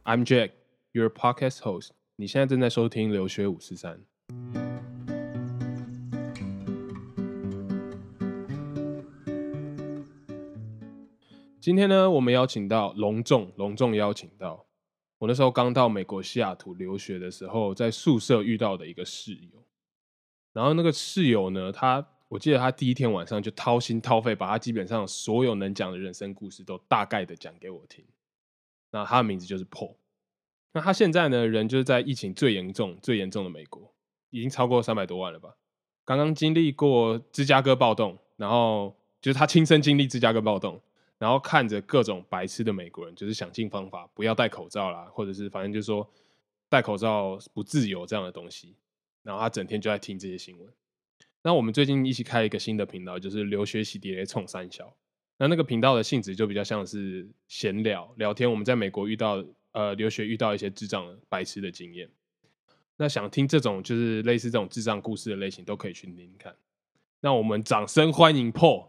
I'm Jack, your podcast host. 你现在正在收听留学543。今天呢，我们邀请到隆重邀请到我那时候刚到美国西雅图留学的时候，在宿舍遇到的一个室友。然后那个室友呢，我记得他第一天晚上就掏心掏肺，把他基本上所有能讲的人生故事都大概的讲给我听。那他的名字就是 Paul。那他现在呢，人就是在疫情最严重的美国，已经超过300多万了吧？刚刚经历过芝加哥暴动，然后就是他亲身经历芝加哥暴动，然后看着各种白痴的美国人，就是想尽方法不要戴口罩啦，或者是反正就是说戴口罩不自由这样的东西。然后他整天就在听这些新闻。那我们最近一起开一个新的频道，就是留学洗碟雷冲三小。那个频道的性质就比较像是闲聊天，我们在美国留学遇到一些智障的白痴的经验。那想听这种就是类似这种智障故事的类型，都可以去听听看。那我们掌声欢迎 Paul，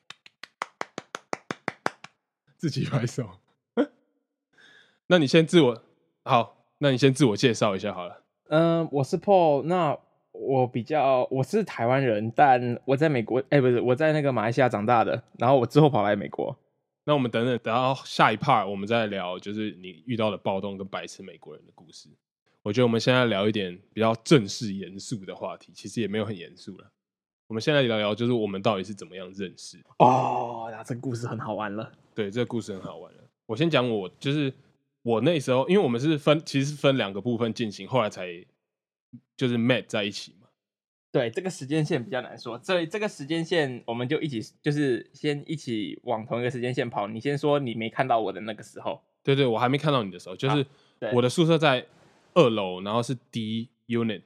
自己拍手。那你先自我介绍一下好了。 我是 Paul， 那我是台湾人，但我在美国，不是我在那个马来西亚长大的，然后我之后跑来美国。 那我们等到下一 part 我们再聊，就是你遇到的暴动跟白痴美国人的故事。我觉得我们现在聊一点比较正式严肃的话题，其实也没有很严肃了。我们现在聊聊就是我们到底是怎么样认识。 那这个故事很好玩了。 对，这个故事很好玩了。我先讲就是我那时候，因为我们其实是分2个部分进行，后来才就是 met 在一起嘛。 对，这个时间线比较难说，所以这个时间线我们就就是先一起往同一个时间线跑。你先说你没看到我的那个时候。 对，我还没看到你的时候，就是我的宿舍在2楼，然后是 D unit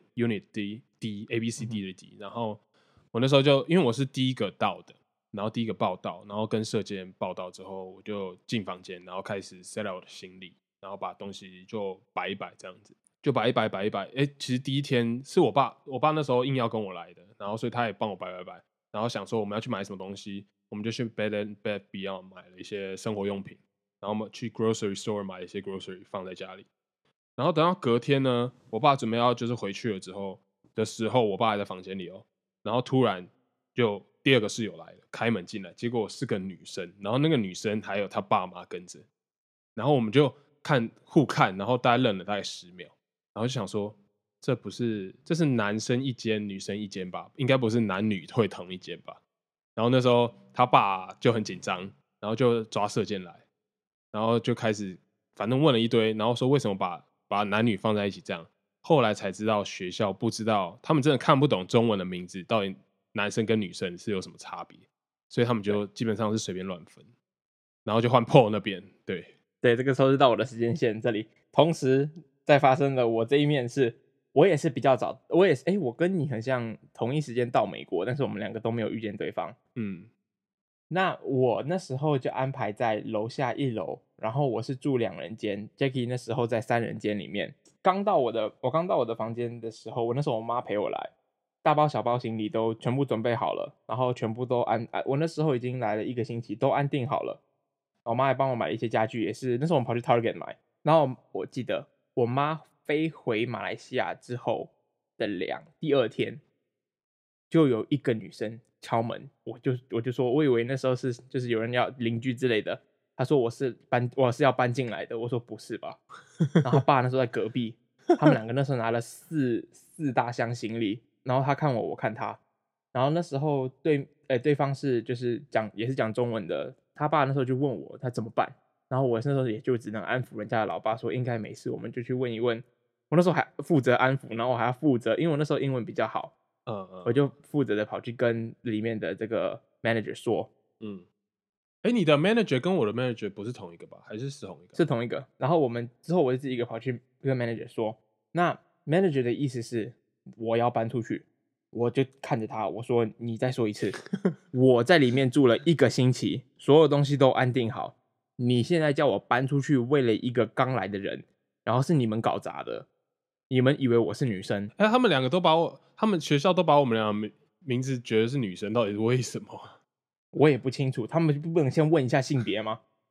D A B C D 的 D，然后我那时候就因为我是第一个到的，然后第一个报到，然后跟舍监报到之后，我就进房间，然后开始 set out 我的行李，然后把东西就摆一摆这样子。就摆一摆。其实第一天是我爸那时候硬要跟我来的，然后所以他也帮我摆，然后想说我们要去买什么东西，我们就去 Bed Beyond 买了一些生活用品，然后我们去 grocery store 买了一些 grocery 放在家里。然后等到隔天呢，我爸准备要就是回去了的时候，我爸还在房间里哦，然后突然就第2个室友来了，开门进来，结果是个女生，然后那个女生还有她爸妈跟着，然后我们就互看，然后大概愣了大概10秒。然后就想说，这是男生一间女生一间吧，应该不是男女会同一间吧。然后那时候他爸就很紧张，然后就抓舍监来，然后就开始反正问了一堆，然后说为什么把男女放在一起这样。后来才知道学校不知道，他们真的看不懂中文的名字到底男生跟女生是有什么差别，所以他们就基本上是随便乱分，然后就换 Paul 那边。对， 这个时候是到我的时间线这里，同时在发生的我这一面是，我也是比较早，我跟你很像同一时间到美国，但是我们2个都没有遇见对方。那我那时候就安排在楼下1楼，然后我是住2人间 ，Jackie 那时候在3人间里面。我刚到我的房间的时候，我那时候我妈陪我来，大包小包行李都全部准备好了，然后全部都我那时候已经来了1个星期，都安定好了。我妈还帮我买了一些家具，也是那时候我们跑去 Target 买。然后我记得我妈飞回马来西亚之后的第2天，就有1个女生敲门，我就说，我以为那时候就是有人要邻居之类的。她说我是要搬进来的，我说不是吧？然后他爸那时候在隔壁，他们2个那时候拿了四大箱行李，然后他看我，我看他，然后那时候对方也是讲中文的，他爸那时候就问我他怎么办。然后我那时候也就只能安抚人家的老爸说应该没事，我们就去问一问。我那时候还负责安抚，然后我还要负责，因为我那时候英文比较好，我就负责的跑去跟里面的这个 manager 说。 你的 manager 跟我的 manager 不是同一个吧？还是同一个？ 是同一个。然后之后我就自己一个跑去跟 manager 说，那 manager 的意思是我要搬出去，我就看着他，我说你再说一次。我在里面住了1个星期，所有东西都安定好，你现在叫我搬出去，为了一个刚来的人，然后是你们搞砸的，你们以为我是女生。 他们2个他们学校都把我们俩名字觉得是女生，到底是为什么？ 我也不清楚，他们不能先问一下性别吗？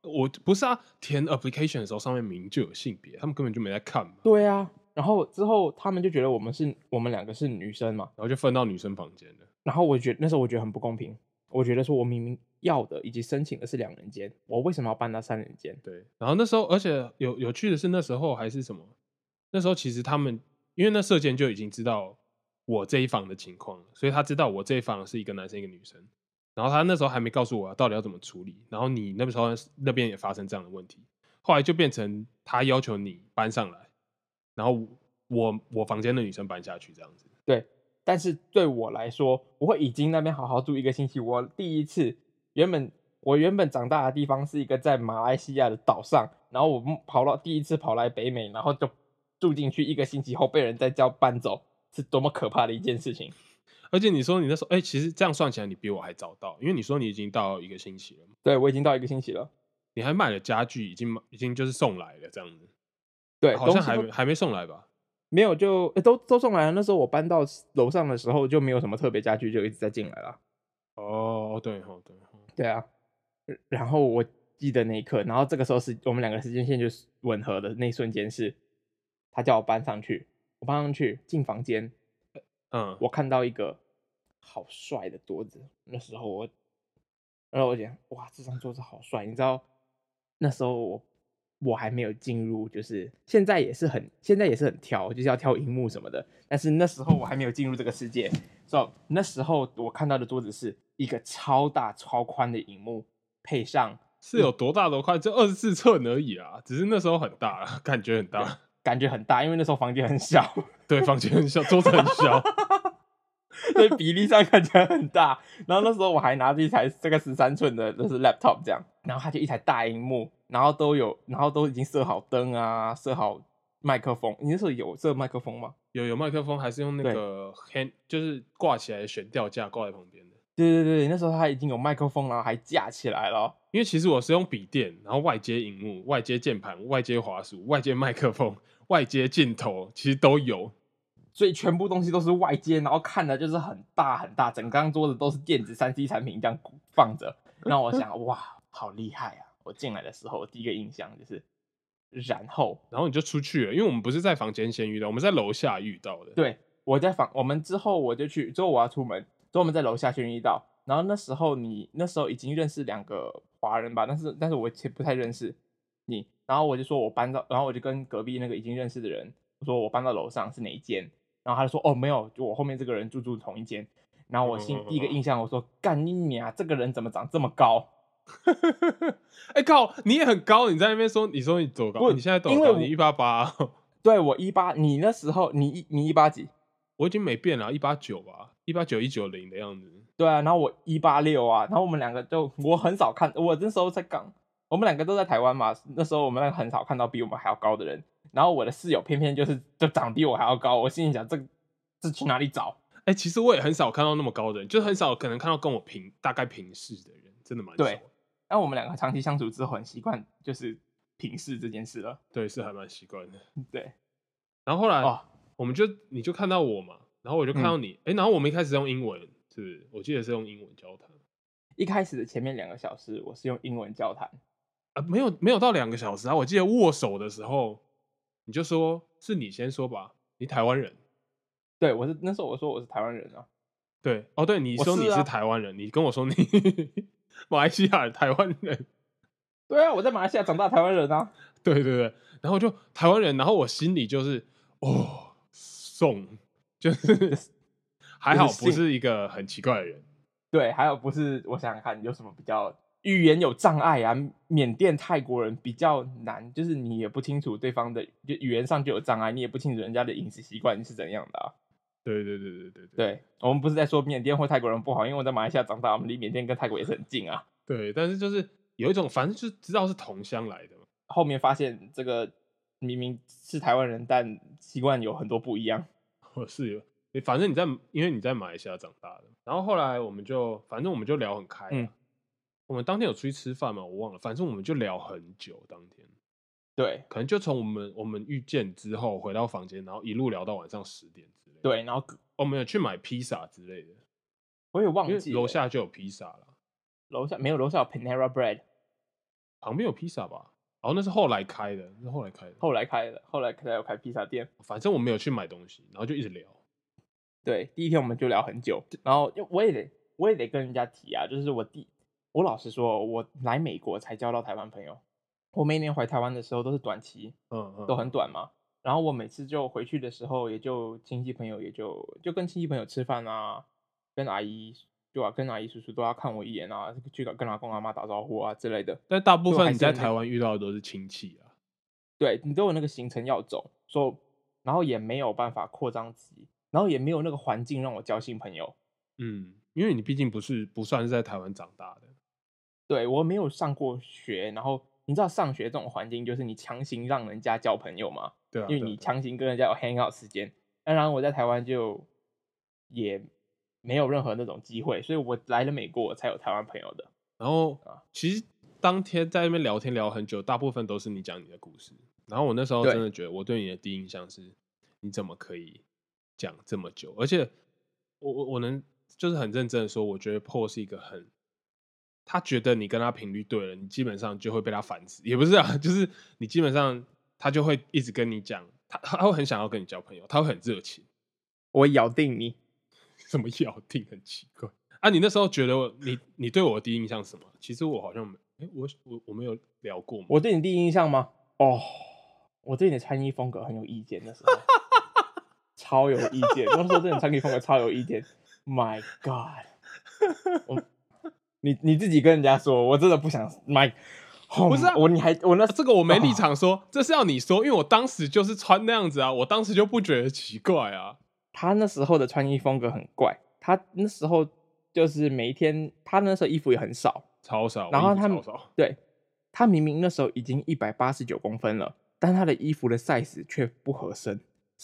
我不是啊，填 application 的时候上面明明就有性别，他们根本就没在看嘛。 对啊，然后之后他们就觉得我们两个是女生嘛， 然后就分到女生房间了。 然后那时候我觉得很不公平，我觉得说我明明要的以及申请的是2人间，我为什么要搬到3人间？ 对，然后那时候而且有趣的是那时候还是什么，那时候其实他们因为那舍监就已经知道我这一房的情况了，所以他知道我这一房是一个男生一个女生，然后他那时候还没告诉我到底要怎么处理，然后你那时候那边也发生这样的问题，后来就变成他要求你搬上来，然后我房间的女生搬下去这样子。 对，但是对我来说，我会已经那边好好住1个星期。我第一次我原本长大的地方是一个在马来西亚的岛上，然后我第一次跑来北美，然后就住进去1个星期后被人再叫搬走，是多么可怕的一件事情。 而且你说你那时候，其实这样算起来你比我还早到，因为你说你已经到1个星期了嘛。 对，我已经到1个星期了。 你还买了家具，已经就是送来了这样子。 对， 好像还没送来吧？ 没有，就都送来了。那时候我搬到楼上的时候就没有什么特别家具，就一直在进来了。 哦，对吼，对吼。 对啊，然后我记得那一刻，然后这个时候是我们2个时间线就是吻合的那一瞬间是，他叫我搬上去，我搬上去进房间，我看到一个好帅的桌子。那时候然后我讲哇，这张桌子好帅，你知道那时候我还没有进入，就是现在也是很挑，就是要挑荧幕什么的。但是那时候我还没有进入这个世界，所以那时候我看到的桌子是一个超大超宽的荧幕，配上是有多大多宽？就24寸而已啊，只是那时候很大啦，感觉很大， 感觉很大，因为那时候房间很小。 对，房间很小，桌子很小。 所以比例上看起来很大。然后那时候我还拿着一台这个13寸的，就是 laptop 这样，然后它就一台大荧幕，然后都已经设好灯啊，设好麦克风。你那时候有设麦克风吗？ 有麦克风，还是用那个 就是挂起来的悬吊架挂在旁边的。 对对对，那时候它已经有麦克风，然后还架起来了。 因为其实我是用笔电，然后外接荧幕、外接键盘、外接滑鼠、外接麦克风、外接镜头，其实都有。 所以全部东西都是外接，然后看的就是很大很大，整张桌子都是电子3C 产品这样放着。让我想，哇，好厉害啊！我进来的时候，第一个印象就是，然后你就出去了，因为我们不是在房间先遇到，我们在楼下遇到的。 对，我们之后我要出门，之后我们在楼下先遇到。然后那时候已经认识2个华人吧，但是我其实不太认识你。然后我就说然后我就跟隔壁那个已经认识的人我说我搬到楼上是哪一间，然后他就说哦没有，就我后面这个人住同一间。然后我第一个印象我说干你娘，这个人怎么长这么高？ 靠，你也很高，你在那边说你多高？你现在多高？你188。 对，我18，你那时候你18几？ 我已经没变了，189吧，189、190的样子。 对啊，然后我186啊，然后我们2个我很少看，我那时候我们2个都在台湾嘛，那时候我们很少看到比我们还要高的人。然后我的室友偏偏就长比我还要高，我心里想这去哪里找？ 其实我也很少看到那么高的人，就很少可能看到跟我大概平视的人，真的蛮少。 对，但我们2个长期相处之后，很习惯就是平视这件事了。 对，是还蛮习惯的。 对， 然后后来你就看到我嘛，然后我就看到你，然后我们一开始用英文，是不是？我记得是用英文交谈。 一开始的前面2个小时，我是用英文交谈。 没有到2个小时啊！我记得握手的时候，你就说是你先说吧，你台湾人。 对，那时候我说我是台湾人啊。 对，对，你说你是台湾人，你跟我说你马来西亚台湾人。 对啊，我在马来西亚长大，台湾人啊。 对对对，然后就台湾人，然后我心里就是送，就是还好不是一个很奇怪的人。 对，还有不是，我想想看有什么比较语言有障碍啊？缅甸、泰国人比较难，就是你也不清楚对方的，就语言上就有障碍，你也不清楚人家的饮食习惯是怎样的啊。 对对对对对对，我们不是在说缅甸或泰国人不好，因为我在马来西亚长大，我们离缅甸跟泰国也是很近啊。 对，但是就是有一种，反正就知道是同乡来的嘛。 后面发现这个明明是台湾人，但习惯有很多不一样。 是有，反正因为你在马来西亚长大的，然后后来反正我们就聊很开。我们当天有出去吃饭吗？我忘了，反正我们就聊很久。当天， 对， 可能就从我们遇见之后回到房间，然后一路聊到晚上10点之类的。 对，然后我们有去买披萨之类的， 我也忘记了， 楼下就有披萨了。 楼下没有，楼下有 Panera Bread。 旁边有披萨吧？哦，那是后来开的，后来才有开披萨店。 反正我没有去买东西，然后就一直聊。 对，第一天我们就聊很久，然后我也得跟人家提啊，就是我老实说，我来美国才交到台湾朋友。我每年回台湾的时候都是短期，都很短嘛。然后我每次就回去的时候，也就亲戚朋友也就跟亲戚朋友吃饭啊，跟阿姨跟阿姨叔叔都要看我一眼啊，去跟阿公阿妈打招呼啊之类的。 但大部分你在台湾遇到的都是亲戚啊， 对，你都有那个行程要走，然后也没有办法扩张自己，然后也没有那个环境让我交新朋友。 因为你毕竟不算是在台湾长大的。 对，我没有上过学，然后你知道上学这种环境就是你强行让人家交朋友嘛？ 对啊， 因为你强行跟人家有 hang out 时间。当然我在台湾就也没有任何那种机会，所以我来了美国我才有台湾朋友的。 然后其实当天在那边聊天聊很久，大部分都是你讲你的故事。然后我那时候真的觉得我对你的第一印象是，你怎么可以讲这么久？而且我能就是很认真的说，我觉得 Paul 是一个他觉得你跟他频率对了，你基本上就会被他烦死。也不是啊，就是你基本上他就会一直跟你讲，他会很想要跟你交朋友，他会很热情。 我咬定你什么咬定？很奇怪啊！你那时候觉得你对我的第一印象是什么？其实我好像我没有聊过吗？ 我对你第一印象吗？哦，我对你的穿衣风格很有意见，那时候超有意见。那时候对你穿衣风格超有意见。My God！你自己跟人家说，我真的不想买。 不是啊，这个我没立场说，这是要你说，因为我当时就是穿那样子啊，我当时就不觉得奇怪啊。 他那时候的穿衣风格很怪，他那时候就是每一天，他那时候衣服也很少， 超少， 然后对， 他明明那时候已经189公分了，但他的衣服的 size 却不合身，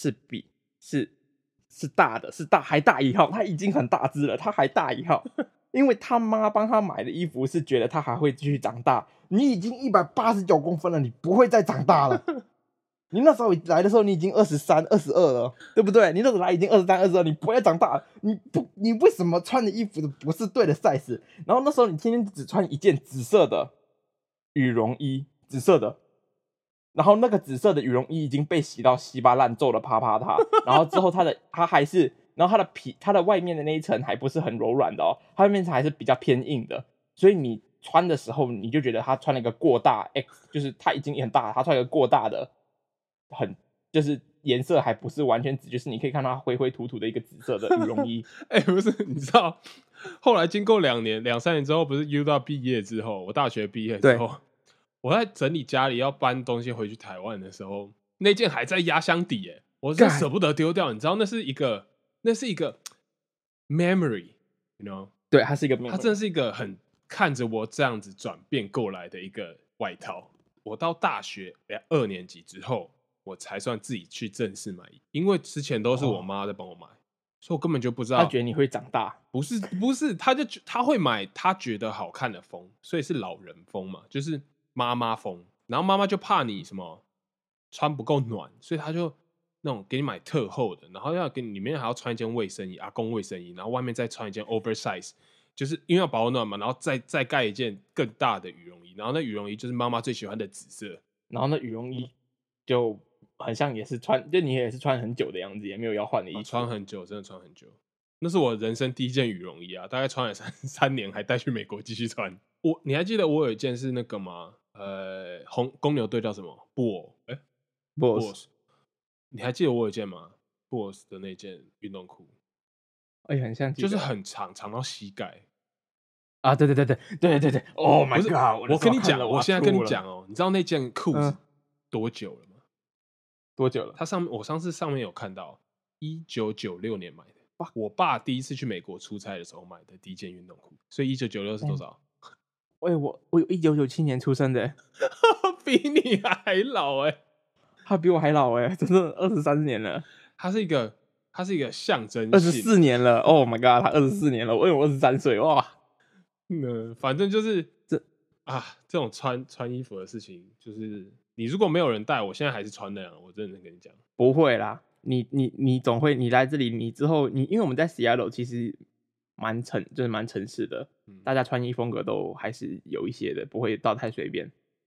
是大的，还大一号，他已经很大只了，他还大一号。因为他妈帮他买的衣服是觉得他还会继续长大。你已经189公分了，你不会再长大了。你那时候来的时候，你已经23、22了，对不对？你那时候来已经23、22，你不会再长大了。你为什么穿的衣服不是对的 size？ 然后那时候你天天只穿一件紫色的羽绒衣，紫色的，然后那个紫色的羽绒衣已经被洗到稀巴烂皱的啪啪嗒，然后之后它还是。然后它的外面的那一层还不是很柔软的哦，它外面层还是比较偏硬的，所以你穿的时候你就觉得它穿了一个过大，就是它已经很大，它穿一个过大的，就是颜色还不是完全紫，就是你可以看到它灰灰土土的一个紫色的羽绒衣。 不是，你知道后来经过2年、3年之后，不是 U 到毕业之后，我大学毕业之后，我在整理家里要搬东西回去台湾的时候，那件还在压箱底耶，我是舍不得丢掉，你知道那是一个 memory，you know？ 对，它是一个 memory， 它真的是一个很看着我这样子转变过来的一个外套。我到大学2年级之后，我才算自己去正式买，因为之前都是我妈在帮我买，所以我根本就不知道。 她觉得你会长大， 不是，她会买她觉得好看的风，所以是老人风嘛，就是妈妈风。然后妈妈就怕你什么穿不够暖，所以她就那种给你买特厚的，然后要给你里面还要穿一件卫生衣，阿公卫生衣，然后外面再穿一件 oversize， 就是因为要保暖嘛，然后再盖一件更大的羽绒衣，然后那羽绒衣就是妈妈最喜欢的紫色， 然后那羽绒衣就很像也是穿，就你也是穿很久的样子，也没有要换的衣服， 穿很久，真的穿很久。那是我人生第一件羽绒衣啊，大概穿了3年，还带去美国继续穿。你还记得我有一件是那个吗？公牛队叫什么？Bulls。你还记得我有一件吗 ？Bulls 的那件运动裤， 很像， 就是很长到膝盖啊！对 ，Oh my God！ 我跟你讲，我现在跟你讲哦，你知道那件裤子多久了吗？ 多久了？ 我上次上面有看到，1996年买的。我爸第一次去美国出差的时候买的第一件运动裤，所以1996是多少？ 我有1997年出生的， 比你还老他比我还老真的23年了。 他是一个象征性 ，24年了。Oh my God！ 他24年了，我23岁哇。 反正就是这种穿衣服的事情，就是你如果没有人带，我现在还是穿那样。我真的跟你讲， 不会啦，你总会，你来这里，你之后因为我们在 Seattle 其实就是蛮城市的，大家穿衣风格都还是有一些的，不会到太随便。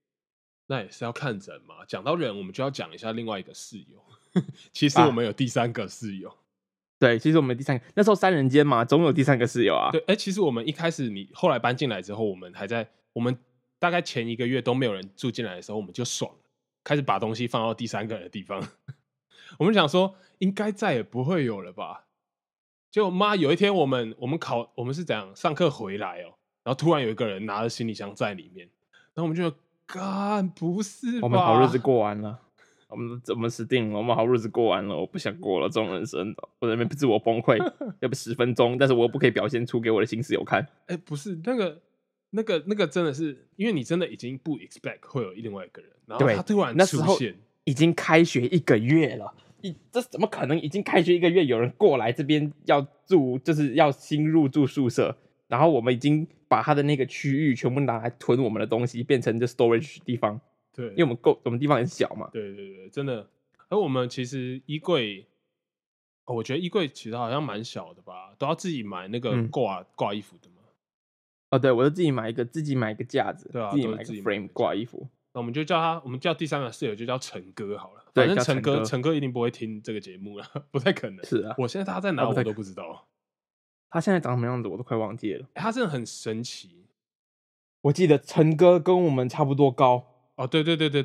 那也是要看人嘛。讲到人，我们就要讲一下另外一个室友。其实我们有第3个室友。 对，其实我们第3个，那时候3人间嘛，总有第3个室友啊。 对，其实我们一开始你后来搬进来之后，我们大概前1个月都没有人住进来的时候，我们就爽了，开始把东西放到第3个人的地方。我们想说，应该再也不会有了吧？结果妈有一天我们是怎样上课回来然后突然有一个人拿着行李箱在里面，然后我们就干不是吧？ 我们好日子过完了。我们怎么死定了？我们好日子过完了，我不想过了这种人生。我在那边自我崩溃，要不10分钟，但是我又不可以表现出给我的新室友看。 不是那个真的是，因为你真的已经不 expect 会有另外一个人，然后他突然出现， 已经开学1个月了，这怎么可能？已经开学1个月，有人过来这边要住，就是要新入住宿舍，然后我们已经把他的那个区域全部拿来囤我们的东西，变成这 storage 地方。 对， 因为我们地方很小嘛。 对，真的。而我们其实衣柜，我觉得衣柜其实好像蛮小的吧，都要自己买那个挂衣服的嘛。 对，我就自己买一个架子， 对啊， 自己买一个 frame 挂衣服。 那我们就我们叫第3个室友就叫陈哥好了。反正陈哥一定不会听这个节目了，不太可能。 是啊， 我现在他在哪我都不知道。 他现在长什么样子我都快忘记了。 他真的很神奇。 我记得陈哥跟我们差不多高。 对，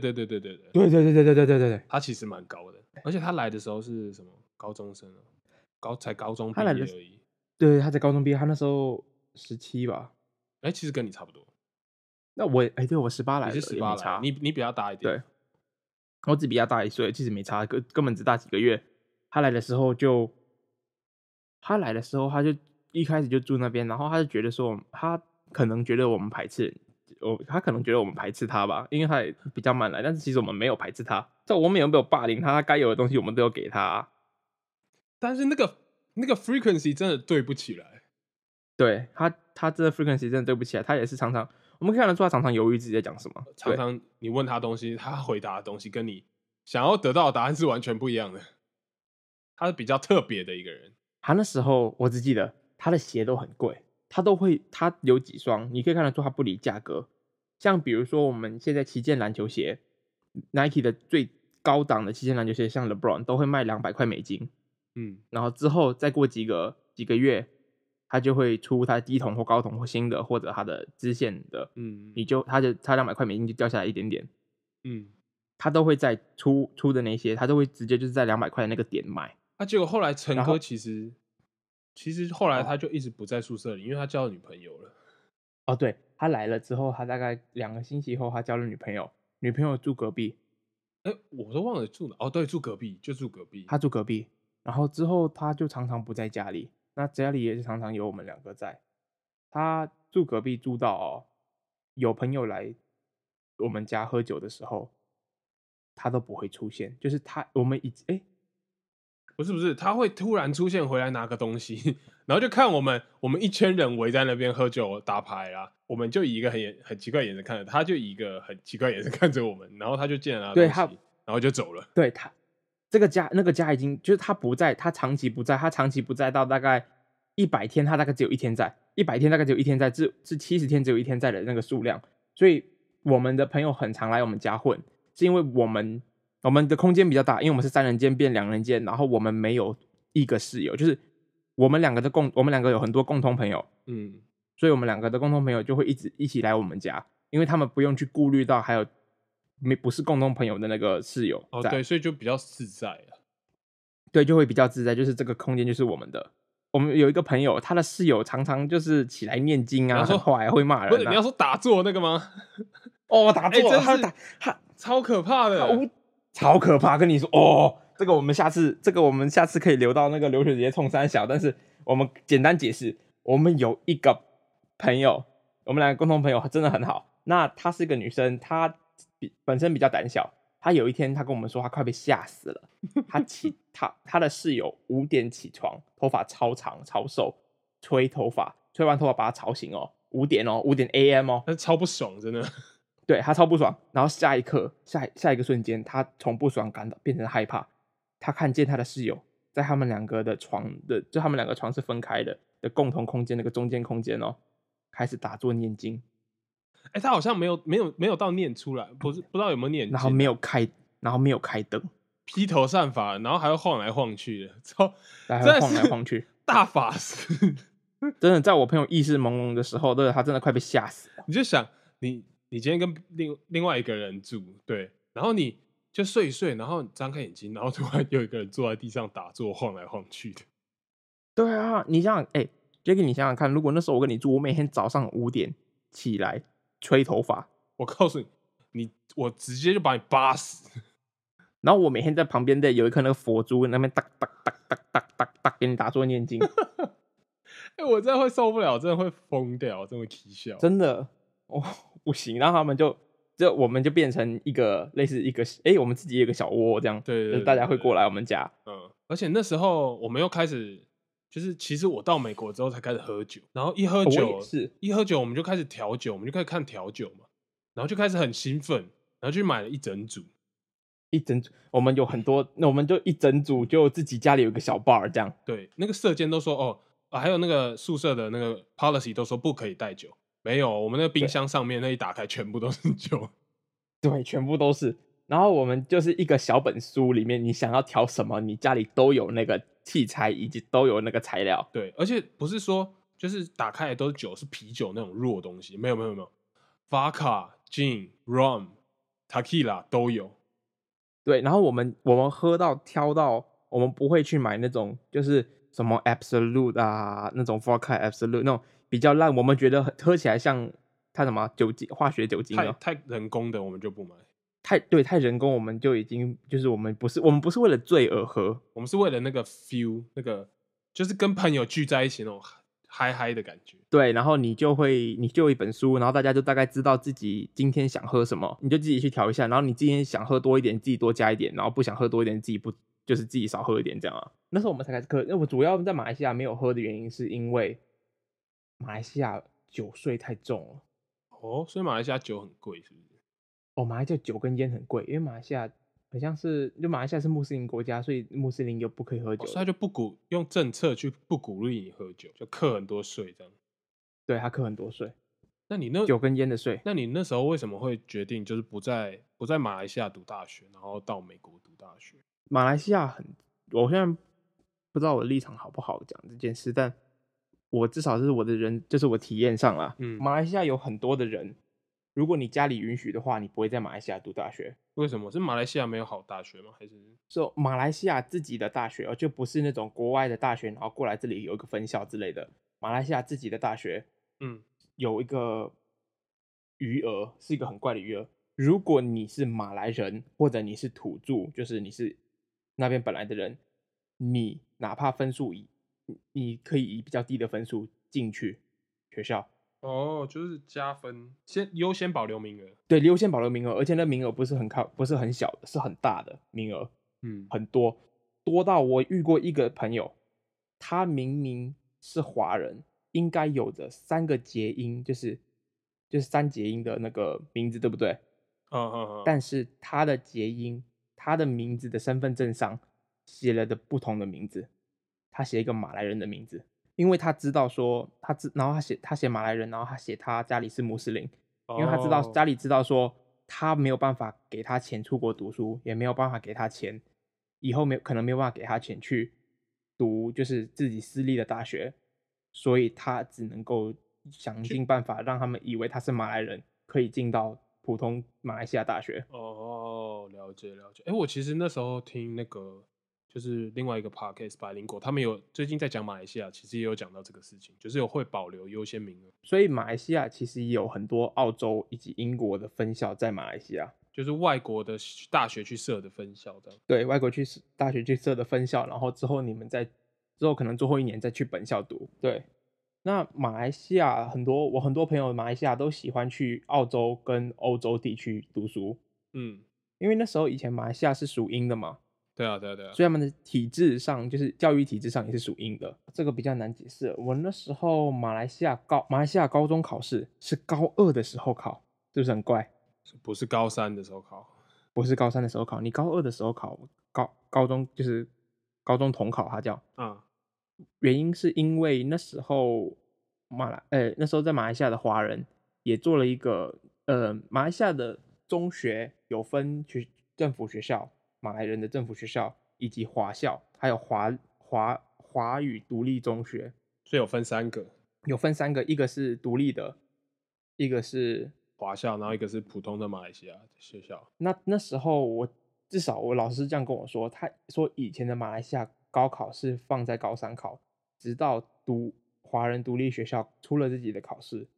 他其实蛮高的，而且他来的时候是什么高中生才高中毕业而已。 对，他才高中毕业，他那时候17吧。 其实跟你差不多。 那我对，我18来的， 你是18来，你比他大一点。 对，我只比他大1岁，其实没差，根本只大几个月。他来的时候他就一开始就住那边，然后他就觉得说，他可能觉得我们排斥他吧，因为他也比较慢来，但是其实我们没有排斥他，我们有没有霸凌他该有的东西我们都有给他。 但是那个 frequency 真的对不起来。 对，他这个 frequency 真的对不起来，他也是常常，我们可以看得出他常常犹豫自己在讲什么。 常常你问他东西，他回答的东西跟你想要得到的答案是完全不一样的。他是比较特别的一个人。 他那时候我只记得他的鞋都很贵，他有几双，你可以看得出他不理价格。像比如说我们现在旗舰篮球鞋 ，Nike 的最高档的旗舰篮球鞋，像 LeBron 都会卖$200美金。然后之后再过几个月，他就会出他低筒或高筒或新的，或者他的支线的，他$200美金就掉下来一点点。他都会在出的那些，他都会直接就是在$200的那个点买。 结果后来陈哥其实后来他就一直不在宿舍里，因为他交了女朋友了。 对，他来了之后，他大概2个星期后，他交了女朋友，女朋友住隔壁。 我都忘了住哪。对，住隔壁， 他住隔壁，然后之后他就常常不在家里，那家里也是常常有我们2个在。他住隔壁住到有朋友来我们家喝酒的时候，他都不会出现，就是我们不是，他会突然出现回来拿个东西，然后就看我们一圈人围在那边喝酒打牌啦，我们就以一个很奇怪的眼神看着他，就以一个很奇怪的眼神看着我们，然后他就进来拿东西，然后就走了。 对，他这个家那个家已经就是他不在，他长期不在到大概100天，他大概只有1天在，100天大概只有1天在，是70天只有1天在的那个数量。所以我们的朋友很常来我们家混，是因为我们的空间比较大，因为我们是3人间变2人间，然后我们没有一个室友，就是我们两个有很多共同朋友，所以我们2个的共同朋友就会一起来我们家，因为他们不用去顾虑到还有不是共同朋友的那个室友。 对，所以就比较自在了。 对，就会比较自在，就是这个空间就是我们的。我们有一个朋友，他的室友常常就是起来念经啊，很坏，会骂人。 不是你要说打坐那个吗？ 打坐， 他超可怕的。 超可怕，跟你说这个我们下次可以留到那个流血直接冲三小，但是我们简单解释，我们有一个朋友，我们2个共同朋友真的很好。那她是一个女生，她本身比较胆小，她有一天她跟我们说，她快被吓死了。她的室友5点起床，头发超长超瘦，吹完头发把她吵醒5点AM 那超不爽，真的。 对，他超不爽，然后下一个瞬间，他从不爽变成害怕。他看见他的室友在他们2个的床就他们2个床是分开的共同空间，那个中间空间开始打坐念经。 他好像没有到念出来，不知道有没有念进来， 然后没有开灯， 披头散发，然后还会晃来晃去的， 还会晃来晃去， 大法师。 真的，在我朋友意识朦胧的时候，对，他真的快被吓死了。 你就想，你今天跟另外一个人住，对，然后你就睡一睡，然后张开眼睛，然后突然有一个人坐在地上打坐，晃来晃去的。 对啊，你想想，Jacky，你想想看，如果那时候我跟你住，我每天早上5点起来吹头发， 我告诉你，我直接就把你扒死。 然后我每天在旁边的有一颗那个佛珠，那边哒哒哒哒哒哒哒给你打坐念经。 我真的会受不了，真的会疯掉，真的会啼笑， 真的，不行。然后他们我们就变成一个类似一个我们自己有一个小窝这样， 对， 就是大家会过来我们家。 而且那时候我们又开始，就是其实我到美国之后才开始喝酒，然后一喝酒我们就开始调酒，我们就开始看调酒嘛，然后就开始很兴奋，然后就买了一整组， 我们有很多，那我们就一整组，就自己家里有一个小 bar 这样。 对，那个舍监都说还有那个宿舍的那个 policy 都说不可以带酒，没有，我们那个冰箱上面那一打开全部都是酒， 对，全部都是。然后我们就是一个小本书里面，你想要调什么，你家里都有那个器材，以及都有那个材料。 对，而且不是说就是打开来都是酒，是啤酒那种弱东西，没有 ，Vodka、Gin、Rum、Tequila 都有。 对，然后我们挑到，我们不会去买那种就是什么 Absolute 啊，那种 Vodka Absolute 那种比较烂，我们觉得喝起来像它什么化学酒精太人工的我们就不买。 太人工，我们就已经就是我们不是为了醉而喝， 我们是为了那个 feel， 那个就是跟朋友聚在一起那种嗨嗨的感觉。 对，然后你就有一本书，然后大家就大概知道自己今天想喝什么，你就自己去调一下，然后你今天想喝多一点，自己多加一点，然后不想喝多一点，自己少喝一点这样啊。那时候我们才开始喝，那我主要在马来西亚没有喝的原因是因为马来西亚酒税太重了。 所以马来西亚酒很贵是不是？ 马来西亚酒跟烟很贵，因为马来西亚好像是马来西亚是穆斯林国家，所以穆斯林又不可以喝酒， 所以他就用政策去不鼓励你喝酒，就课很多税这样。 对，他课很多税。 那你酒跟烟的税， 那你那时候为什么会决定就是不在马来西亚读大学，然后到美国读大学？ 马来西亚我现在不知道我的立场好不好讲这件事，但我至少是我的人，就是我体验上啦。马来西亚有很多的人，如果你家里允许的话，你不会在马来西亚读大学。 为什么？是马来西亚没有好大学吗？还是马来西亚自己的大学就不是那种国外的大学，然后过来这里有一个分校之类的。马来西亚自己的大学，有一个余额，是一个很怪的余额。如果你是马来人，或者你是土著，就是你是那边本来的人，你哪怕分数你可以以比较低的分数进去学校。 就是加分，优先保留名额。 对，优先保留名额，而且那名额不是很小的，是很大的名额。很多到我遇过一个朋友，他明明是华人，应该有着3个结音，就是3结音的那个名字，对不对？但是他的结音，他的名字的身份证上写了的不同的名字，他写一个马来人的名字。因为他知道说然后他写马来人，然后他写他家里是穆斯林，因为他知道家里知道说他没有办法给他钱出国读书，也没有办法给他钱，以后可能没有办法给他钱去读就是自己私立的大学，所以他只能够想尽办法让他们以为他是马来人，可以进到普通马来西亚大学。 了解。我其实那时候听那个就是另外一个 podcast 百灵果，他们有最近在讲马来西亚，其实也有讲到这个事情，就是会保留优先名额。 所以马来西亚其实也有很多澳洲以及英国的分校在马来西亚， 就是外国的大学去设的分校这样。 对，外国大学去设的分校，然后之后可能最后1年再去本校读。对，那马来西亚我很多朋友马来西亚都喜欢去澳洲跟欧洲地区读书，因为那时候以前马来西亚是属英的嘛。 对啊， 所以他们的体制上，就是教育体制上也是属英的，这个比较难解释。我那时候马来西亚高中考试是高2的时候考，是不是很怪？ 不是高3的时候考， 不是高3的时候考，你高2的时候考高中，就是高中统考，它叫。原因是因为那时候在马来西亚的华人也做了一个马来西亚的中学有分政府学校、马来人的政府学校以及华校，还有华语独立中学， 所以有分3个， 一个是独立的，一个是华校，然后一个是普通的马来西亚学校。 那时候至少我老师这样跟我说，他说以前的马来西亚高考是放在高3考，直到华人独立学校出了自己的考试，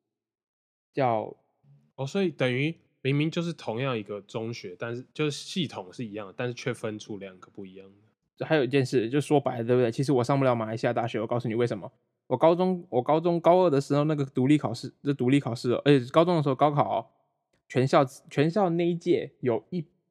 所以等于明明就是同样一个中学，但是就是系统是一样的，但是却分出2个不一样的。 还有一件事，就说白了，对不对？其实我上不了马来西亚大学，我告诉你为什么。我高中高2的时候那个独立考试，而且高中的时候高考全校那一届有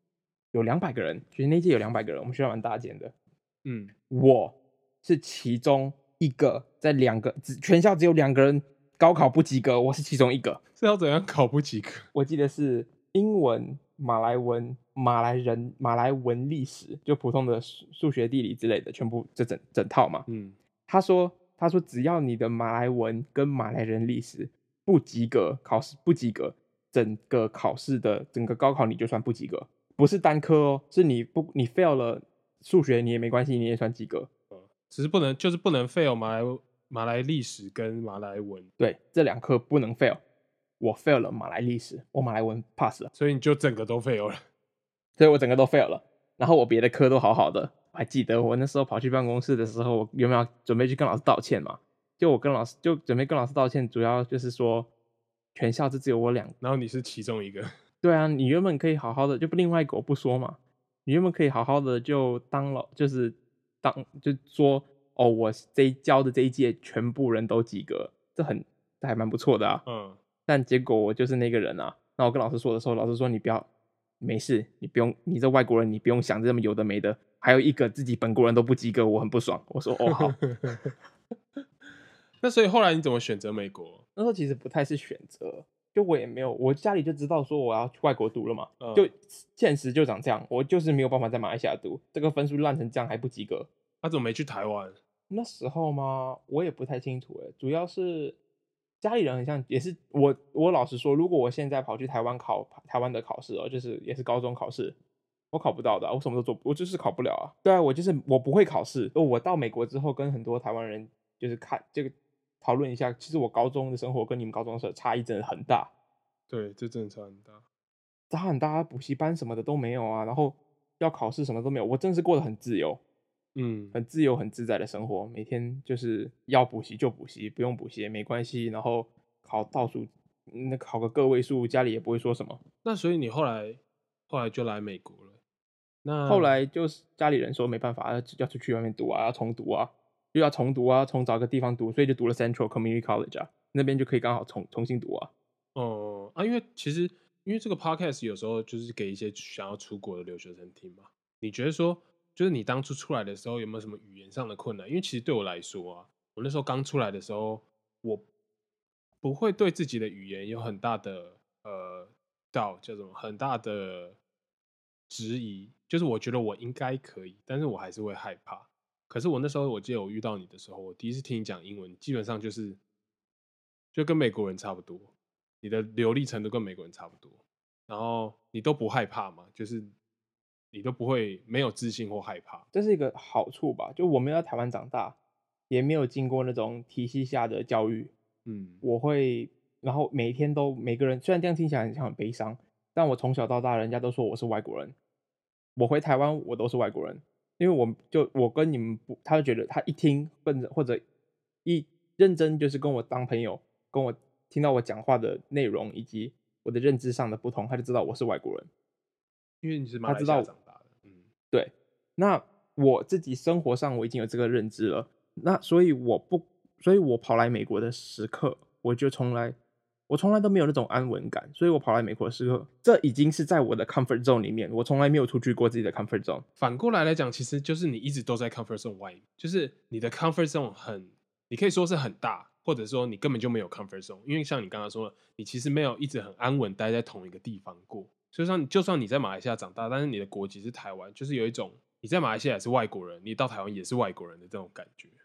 200个人，其实那一届有200个人，我们学校蛮大间的。我是其中一个，在全校只有2个人高考不及格，我是其中一个。 是要怎样考不及格？ 我记得是英文、马来文、马来文历史，就普通的数学、地理之类的，全部这整套嘛。他说只要你的马来文跟马来人历史不及格，考试不及格，整个高考你就算不及格，不是单科哦，是你fail 了数学你也没关系，你也算及格。 只是不能 fail 马来历史跟马来文。 对，这2科不能 fail。我 fail 了马来历史，我马来文 pass 了， 所以你就整个都 fail 了。 所以我整个都 fail 了。然后我别的科都好好的，我还记得我那时候跑去办公室的时候，我原本要准备去跟老师道歉嘛，就准备跟老师道歉，主要就是说全校只有我2个， 然后你是其中一个。 对啊，你原本可以好好的，就另外一个我不说嘛，你原本可以好好的就就说哦，我教的这一届全部人都及格，这还蛮不错的啊。但结果我就是那个人啊。那我跟老师说的时候，老师说你不要，没事，你不用，你这外国人你不用想这么有的没的，还有一个自己本国人都不及格，我很不爽。我说哦好。 那所以后来你怎么选择美国？ 那时候其实不太是选择，就我也没有，我家里就知道说我要去外国读了嘛，就现实就长这样，我就是没有办法在马来西亚读，这个分数烂成这样还不及格。 他怎么没去台湾？ 那时候吗？我也不太清楚主要是家里人很像，也是我老实说，如果我现在跑去台湾考台湾的考试就是也是高中考试，我考不到的我什么都做，我就是考不了啊。对啊，我不会考试。我到美国之后，跟很多台湾人就是看这个讨论一下，其实我高中的生活跟你们高中的时候差异真的很大。 对，这真的差很大， 差很大，补习班什么的都没有啊，然后要考试什么都没有，我真的是过得很自由。很自由、很自在的生活，每天就是要补习就补习，不用补习也没关系。然后考倒数，考个个位数，家里也不会说什么。 那所以你后来就来美国了。那后来就是家里人说没办法，要出去外面读啊，要重读啊，又要重读啊，找个地方读，所以就读了 Central Community College 啊，那边就可以刚好重新读啊。 因为这个 podcast 有时候就是给一些想要出国的留学生听嘛。你觉得说，就是你当初出来的时候有没有什么语言上的困难？因为其实对我来说啊，我那时候刚出来的时候，我不会对自己的语言有很大的叫什么很大的质疑，就是我觉得我应该可以，但是我还是会害怕。可是我那时候我记得我遇到你的时候，我第一次听你讲英文，基本上就跟美国人差不多，你的流利程度跟美国人差不多，然后你都不害怕嘛，就是你都不会没有自信或害怕， 这是一个好处吧？就我没有在台湾长大，也没有经过那种体系下的教育，然后每个人虽然这样听起来很像很悲伤，但我从小到大人家都说我是外国人，我回台湾我都是外国人，因为我跟你们不，他就觉得他一听或者一认真就是跟我当朋友，跟我听到我讲话的内容以及我的认知上的不同，他就知道我是外国人， 因为你是马来西亚长大的， 对，那我自己生活上我已经有这个认知了，那所以我跑来美国的时刻，我从来都没有那种安稳感，所以我跑来美国的时刻，这已经是在我的 comfort zone 里面，我从来没有出去过自己的 comfort zone。 反过来讲，其实就是你一直都在 comfort zone 外面，就是你的 comfort zone 你可以说是很大，或者说你根本就没有 comfort zone，因为像你刚刚说的，你其实没有一直很安稳待在同一个地方过。所以就算你在马来西亚长大，但是你的国籍是台湾，就是有一种你在马来西亚也是外国人，你到台湾也是外国人的这种感觉。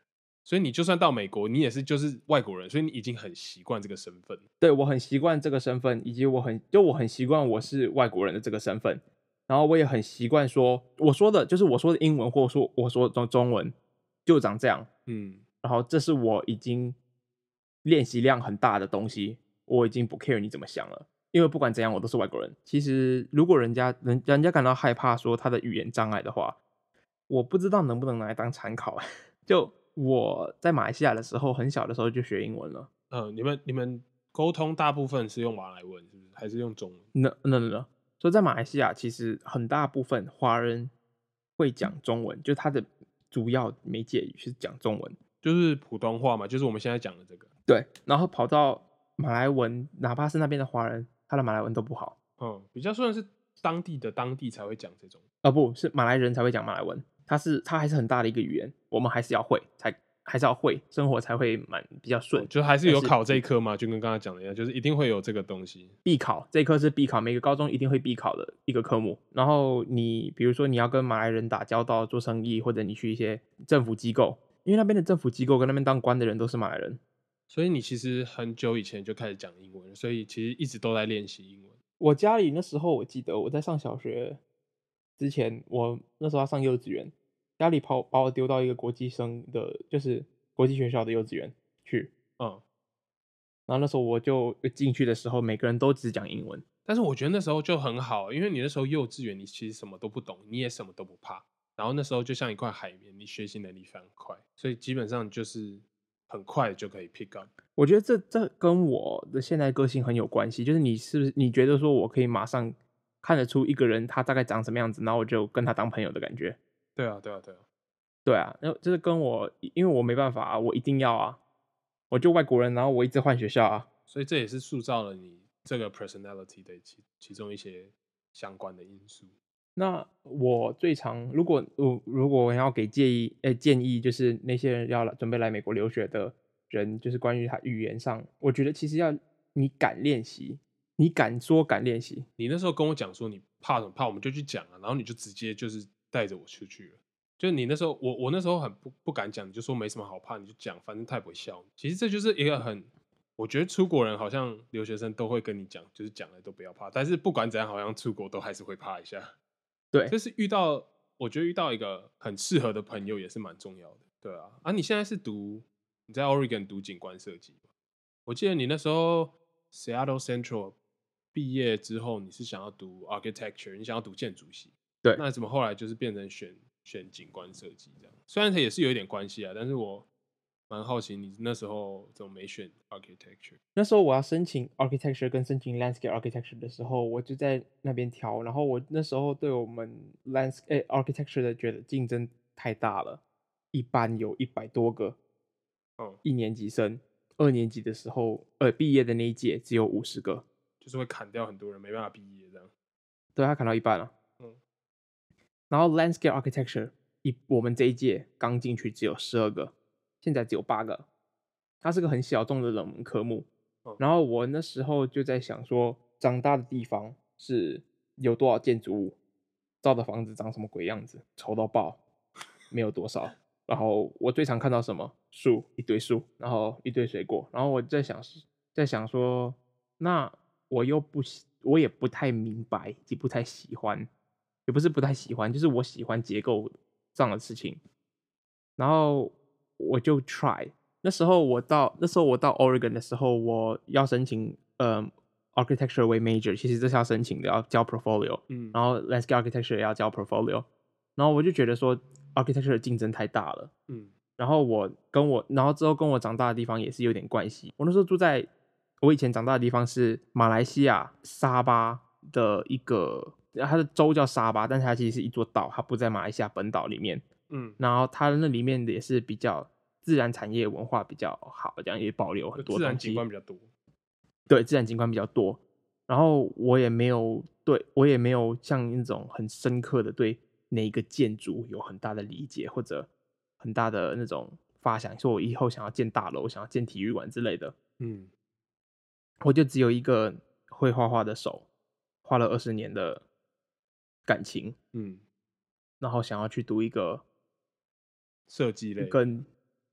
所以你就算到美国，你也是就是外国人，所以你已经很习惯这个身份。 对，我很习惯这个身份，以及我很习惯我是外国人的这个身份，然后我也很习惯说我说的英文，或者说我说的中文就长这样，然后这是我已经练习量很大的东西，我已经不 care 你怎么想了，因为不管怎样我都是外国人。其实如果人家感到害怕说他的语言障碍的话，我不知道能不能拿来当参考。就我在马来西亚的时候，很小的时候就学英文了。 你们沟通大部分是用马来文，是不是？还是用中文 ？No。所以在马来西亚，其实很大部分华人会讲中文，就他的主要媒介语是讲中文， 就是普通话嘛，就是我们现在讲的这个。 对，然后跑到马来文，哪怕是那边的华人，他的马来文都不好。 比较算是当地才会讲这种。 不是马来人才会讲马来文，它还是很大的一个语言，我们还是要会，生活才会比较顺。 就还是有考这一科嘛，就跟刚才讲的一样，就是一定会有这个东西必考，这一科是必考，每个高中一定会必考的一个科目。然后你比如说你要跟马来人打交道、做生意，或者你去一些政府机构，因为那边的政府机构跟那边当官的人都是马来人， 所以你其实很久以前就开始讲英文，所以其实一直都在练习英文。 我家里那时候我记得我在上小学之前，我那时候要上幼稚园，家里把我丢到一个国际生的，就是国际学校的幼稚园去。然后那时候我就进去的时候，每个人都只讲英文。 但是我觉得那时候就很好，因为你那时候幼稚园，你其实什么都不懂，你也什么都不怕。然后那时候就像一块海绵，你学习能力非常快，所以基本上就是很快就可以 pick up。 我觉得这跟我的现在个性很有关系，就是你是不是你觉得说我可以马上看得出一个人他大概长什么样子，然后我就跟他当朋友的感觉。 对啊， 就是跟我，因为我没办法啊，我一定要啊，我就外国人，然后我一直换学校啊， 所以这也是塑造了你这个 personality 的其中一些相关的因素。 那我最常，如果我要给建议，就是那些人要准备来美国留学的人，就是关于他语言上，我觉得其实你敢练习，你敢说敢练习。 你那时候跟我讲说你怕什么怕，我们就去讲啊，然后你就直接就是带着我出去了。就你那时候，我那时候很不敢讲，你就说没什么好怕，你就讲，反正他也不会笑你。其实这就是一个我觉得出国人好像留学生都会跟你讲，就是讲了都不要怕。但是不管怎样，好像出国都还是会怕一下。 对， 就是我觉得遇到一个很适合的朋友也是蛮重要的。对啊，你现在是你在 Oregon 读景观设计吗？我记得你那时候 Seattle Central 毕业之后，你是想要读 architecture， 你想要读建筑系。 对， 那怎么后来就是变成选景观设计这样？虽然它也是有一点关系啊，但是我蛮好奇你那时候怎么没选 architecture。 那时候我要申请 architecture 跟申请 landscape architecture 的时候，我就在那边挑，然后我那时候对我们 architecture 的觉得竞争太大了，一班有100多个，一年级生，2年级的时候，毕业的那一届只有50个， 就是会砍掉很多人，没办法毕业这样。 对，他砍到一半了。然后 landscape architecture 我们这一届刚进去只有12个，现在只有8个，它是个很小众的冷门科目。然后我那时候就在想说，长大的地方是有多少建筑物，造的房子长什么鬼样子，丑到爆，没有多少。然后我最常看到什么树，一堆树，然后一堆水果。然后我在想说，那我也不太明白，也不太喜欢，也不是不太喜欢，就是我喜欢结构上的事情。然后我就 try。那时候我到 Oregon 的时候，我要申请architecture 为 major， 其实这是要申请的，要交 portfolio。然后 landscape architecture 也要交 portfolio。然后我就觉得说 architecture 的竞争太大了。然后然后之后跟我长大的地方也是有点关系。我那时候我以前长大的地方是马来西亚沙巴的一个，它的州叫沙巴，但是它其实是一座岛，它不在马来西亚本岛里面。然后它那里面的也是比较自然产业文化比较好，这样也保留很多东西。 自然景观比较多。 对，自然景观比较多。然后我也没有像那种很深刻的对哪一个建筑有很大的理解，或者很大的那种发想，说我以后想要建大楼，想要建体育馆之类的。我就只有一个会画画的手，画了20年的感情。然后想要去读一个设计类，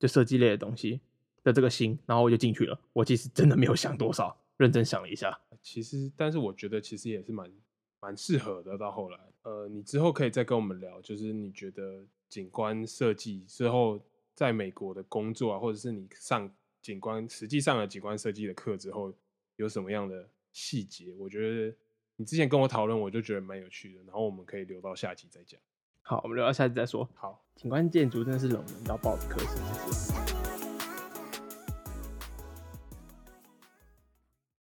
就设计类的东西的这个心，然后我就进去了。我其实真的没有想多少，认真想了一下， 其实但是我觉得其实也是蛮适合的。到后来，你之后可以再跟我们聊，就是你觉得景观设计之后在美国的工作啊，或者是你上实际上的景观设计的课之后，有什么样的细节？我觉得你之前跟我讨论，我就觉得蛮有趣的，然后我们可以留到下集再讲。 好，我们留到下集再说。 好， 景观建筑真的是冷门到爆的科系，其实。